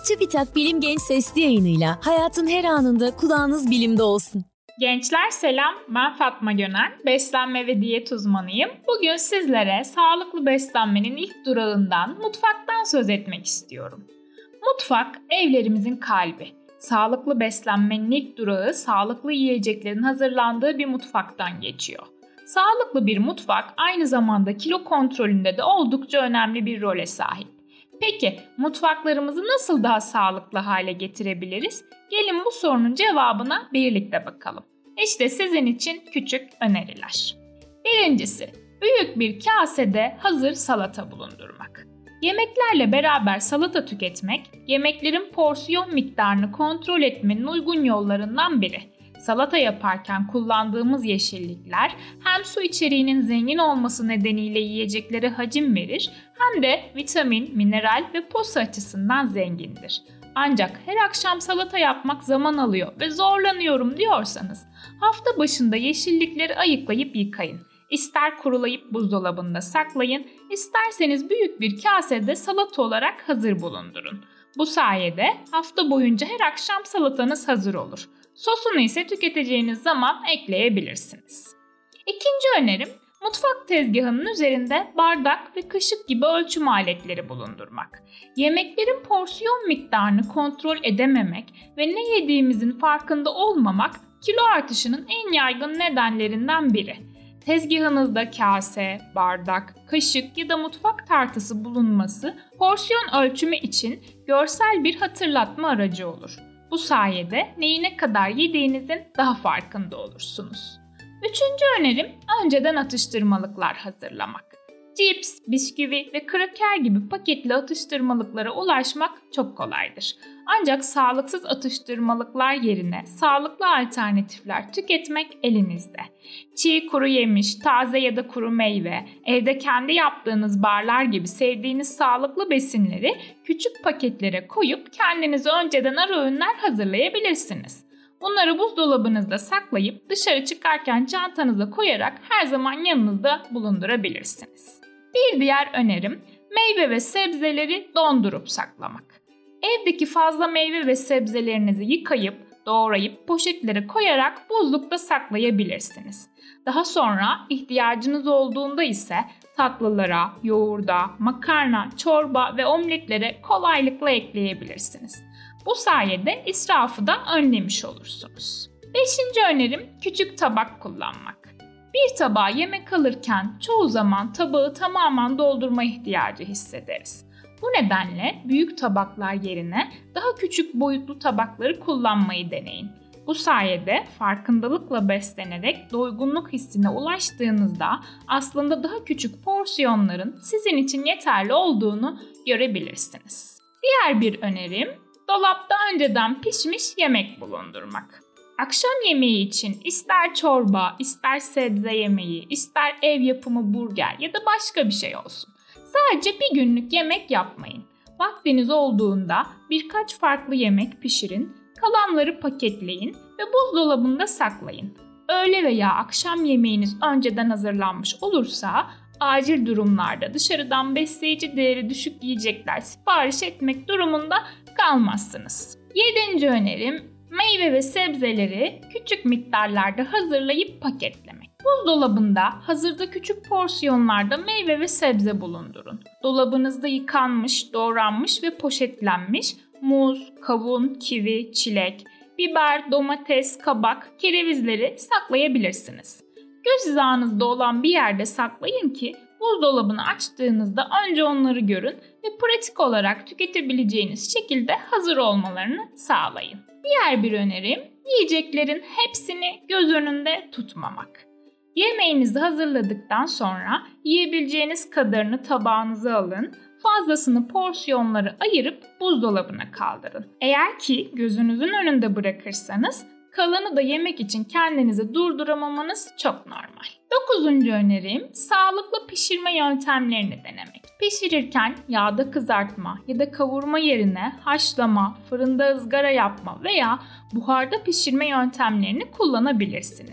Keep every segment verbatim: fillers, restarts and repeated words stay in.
TÜBİTAK Bilim Genç Sesli yayınıyla hayatın her anında kulağınız bilimde olsun. Gençler selam, ben Fatma Gönen, beslenme ve diyet uzmanıyım. Bugün sizlere sağlıklı beslenmenin ilk durağından, mutfaktan söz etmek istiyorum. Mutfak, evlerimizin kalbi. Sağlıklı beslenmenin ilk durağı, sağlıklı yiyeceklerin hazırlandığı bir mutfaktan geçiyor. Sağlıklı bir mutfak, aynı zamanda kilo kontrolünde de oldukça önemli bir role sahip. Peki, mutfaklarımızı nasıl daha sağlıklı hale getirebiliriz? Gelin bu sorunun cevabına birlikte bakalım. İşte sizin için küçük öneriler. Birincisi, büyük bir kasede hazır salata bulundurmak. Yemeklerle beraber salata tüketmek, yemeklerin porsiyon miktarını kontrol etmenin uygun yollarından biri. Salata yaparken kullandığımız yeşillikler hem su içeriğinin zengin olması nedeniyle yiyeceklere hacim verir, hem de vitamin, mineral ve posa açısından zengindir. Ancak her akşam salata yapmak zaman alıyor ve zorlanıyorum diyorsanız, hafta başında yeşillikleri ayıklayıp yıkayın. İster kurulayıp buzdolabında saklayın, isterseniz büyük bir kasede salata olarak hazır bulundurun. Bu sayede hafta boyunca her akşam salatanız hazır olur. Sosunu ise tüketeceğiniz zaman ekleyebilirsiniz. İkinci önerim, mutfak tezgahının üzerinde bardak ve kaşık gibi ölçüm aletleri bulundurmak. Yemeklerin porsiyon miktarını kontrol edememek ve ne yediğimizin farkında olmamak kilo artışının en yaygın nedenlerinden biri. Tezgahınızda kase, bardak, kaşık ya da mutfak tartısı bulunması porsiyon ölçümü için görsel bir hatırlatma aracı olur. Bu sayede neyi ne kadar yediğinizin daha farkında olursunuz. Üçüncü önerim, önceden atıştırmalıklar hazırlamak. Cips, bisküvi ve kraker gibi paketli atıştırmalıklara ulaşmak çok kolaydır. Ancak sağlıksız atıştırmalıklar yerine sağlıklı alternatifler tüketmek elinizde. Çiğ kuru yemiş, taze ya da kuru meyve, evde kendi yaptığınız barlar gibi sevdiğiniz sağlıklı besinleri küçük paketlere koyup kendinize önceden ara öğünler hazırlayabilirsiniz. Bunları buzdolabınızda saklayıp dışarı çıkarken çantanıza koyarak her zaman yanınızda bulundurabilirsiniz. Bir diğer önerim, meyve ve sebzeleri dondurup saklamak. Evdeki fazla meyve ve sebzelerinizi yıkayıp, doğrayıp poşetlere koyarak buzlukta saklayabilirsiniz. Daha sonra ihtiyacınız olduğunda ise tatlılara, yoğurda, makarna, çorba ve omletlere kolaylıkla ekleyebilirsiniz. Bu sayede israfı da önlemiş olursunuz. Beşinci önerim, küçük tabak kullanmak. Bir tabağa yemek alırken çoğu zaman tabağı tamamen doldurma ihtiyacı hissederiz. Bu nedenle büyük tabaklar yerine daha küçük boyutlu tabakları kullanmayı deneyin. Bu sayede farkındalıkla beslenerek doygunluk hissine ulaştığınızda aslında daha küçük porsiyonların sizin için yeterli olduğunu görebilirsiniz. Diğer bir önerim, dolapta önceden pişmiş yemek bulundurmak. Akşam yemeği için ister çorba, ister sebze yemeği, ister ev yapımı burger ya da başka bir şey olsun. Sadece bir günlük yemek yapmayın. Vaktiniz olduğunda birkaç farklı yemek pişirin, kalanları paketleyin ve buzdolabında saklayın. Öğle veya akşam yemeğiniz önceden hazırlanmış olursa, acil durumlarda dışarıdan besleyici değeri düşük yiyecekler sipariş etmek durumunda kalmazsınız. Yedinci önerim, meyve ve sebzeleri küçük miktarlarda hazırlayıp paketlemek. Buzdolabında hazırda küçük porsiyonlarda meyve ve sebze bulundurun. Dolabınızda yıkanmış, doğranmış ve poşetlenmiş muz, kavun, kivi, çilek, biber, domates, kabak, kerevizleri saklayabilirsiniz. Göz hizanızda olan bir yerde saklayın ki buzdolabını açtığınızda önce onları görün ve pratik olarak tüketebileceğiniz şekilde hazır olmalarını sağlayın. Diğer bir önerim, yiyeceklerin hepsini göz önünde tutmamak. Yemeğinizi hazırladıktan sonra yiyebileceğiniz kadarını tabağınıza alın, fazlasını porsiyonlara ayırıp buzdolabına kaldırın. Eğer ki gözünüzün önünde bırakırsanız, kalanı da yemek için kendinizi durduramamanız çok normal. Dokuzuncu önerim, sağlıklı pişirme yöntemlerini denemek. Pişirirken yağda kızartma ya da kavurma yerine haşlama, fırında ızgara yapma veya buharda pişirme yöntemlerini kullanabilirsiniz.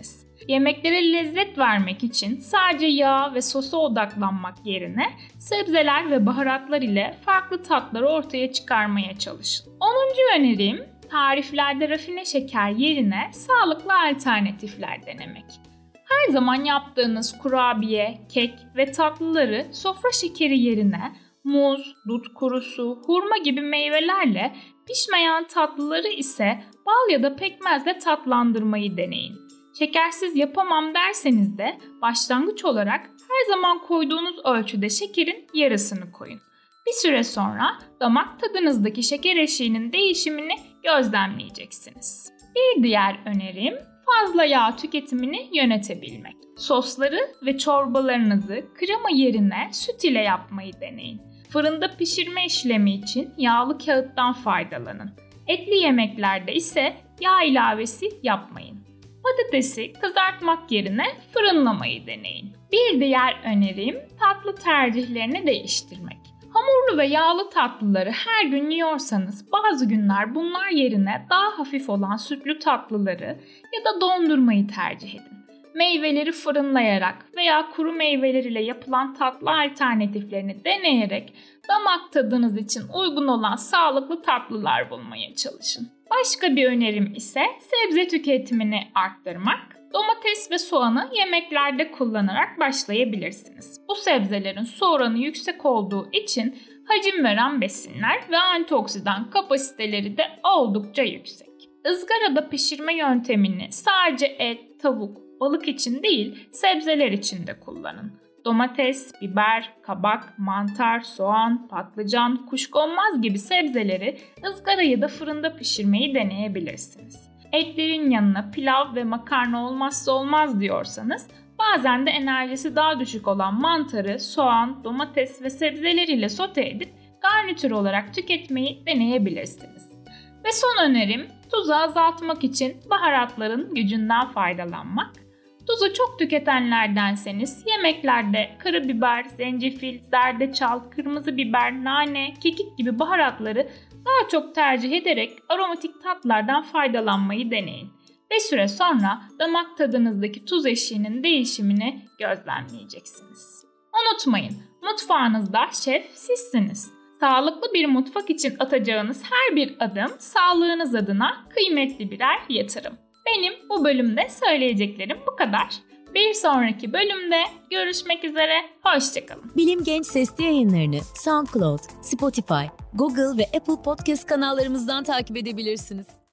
Yemeklere lezzet vermek için sadece yağ ve sosa odaklanmak yerine sebzeler ve baharatlar ile farklı tatları ortaya çıkarmaya çalışın. onuncu önerim, tariflerde rafine şeker yerine sağlıklı alternatifler denemek. Her zaman yaptığınız kurabiye, kek ve tatlıları sofra şekeri yerine muz, dut kurusu, hurma gibi meyvelerle, pişmeyen tatlıları ise bal ya da pekmezle tatlandırmayı deneyin. Şekersiz yapamam derseniz de başlangıç olarak her zaman koyduğunuz ölçüde şekerin yarısını koyun. Bir süre sonra damak tadınızdaki şeker eşiğinin değişimini gözlemleyeceksiniz. Bir diğer önerim, fazla yağ tüketimini yönetebilmek. Sosları ve çorbalarınızı krema yerine süt ile yapmayı deneyin. Fırında pişirme işlemi için yağlı kağıttan faydalanın. Etli yemeklerde ise yağ ilavesi yapmayın. Patatesi kızartmak yerine fırınlamayı deneyin. Bir diğer önerim, tatlı tercihlerini değiştirmek. Hamurlu ve yağlı tatlıları her gün yiyorsanız bazı günler bunlar yerine daha hafif olan sütlü tatlıları ya da dondurmayı tercih edin. Meyveleri fırınlayarak veya kuru meyveler ile yapılan tatlı alternatiflerini deneyerek damak tadınız için uygun olan sağlıklı tatlılar bulmaya çalışın. Başka bir önerim ise sebze tüketimini arttırmak. Domates ve soğanı yemeklerde kullanarak başlayabilirsiniz. Bu sebzelerin su oranı yüksek olduğu için hacim veren besinler ve antioksidan kapasiteleri de oldukça yüksek. Izgarada pişirme yöntemini sadece et, tavuk, balık için değil, sebzeler için de kullanın. Domates, biber, kabak, mantar, soğan, patlıcan, kuşkonmaz gibi sebzeleri ızgara ya da fırında pişirmeyi deneyebilirsiniz. Etlerin yanına pilav ve makarna olmazsa olmaz diyorsanız, bazen de enerjisi daha düşük olan mantarı, soğan, domates ve sebzeler ile sote edip garnitür olarak tüketmeyi deneyebilirsiniz. Ve son önerim, tuzu azaltmak için baharatların gücünden faydalanmak. Tuzu çok tüketenlerdenseniz yemeklerde karabiber, zencefil, zerdeçal, kırmızı biber, nane, kekik gibi baharatları daha çok tercih ederek aromatik tatlardan faydalanmayı deneyin. Bir süre sonra damak tadınızdaki tuz eşiğinin değişimini gözlemleyeceksiniz. Unutmayın, mutfağınızda şef sizsiniz. Sağlıklı bir mutfak için atacağınız her bir adım sağlığınız adına kıymetli birer yatırım. Benim bu bölümde söyleyeceklerim bu kadar. Bir sonraki bölümde görüşmek üzere, hoşçakalın. Bilim Genç Sesli yayınlarını SoundCloud, Spotify, Google ve Apple Podcast kanallarımızdan takip edebilirsiniz.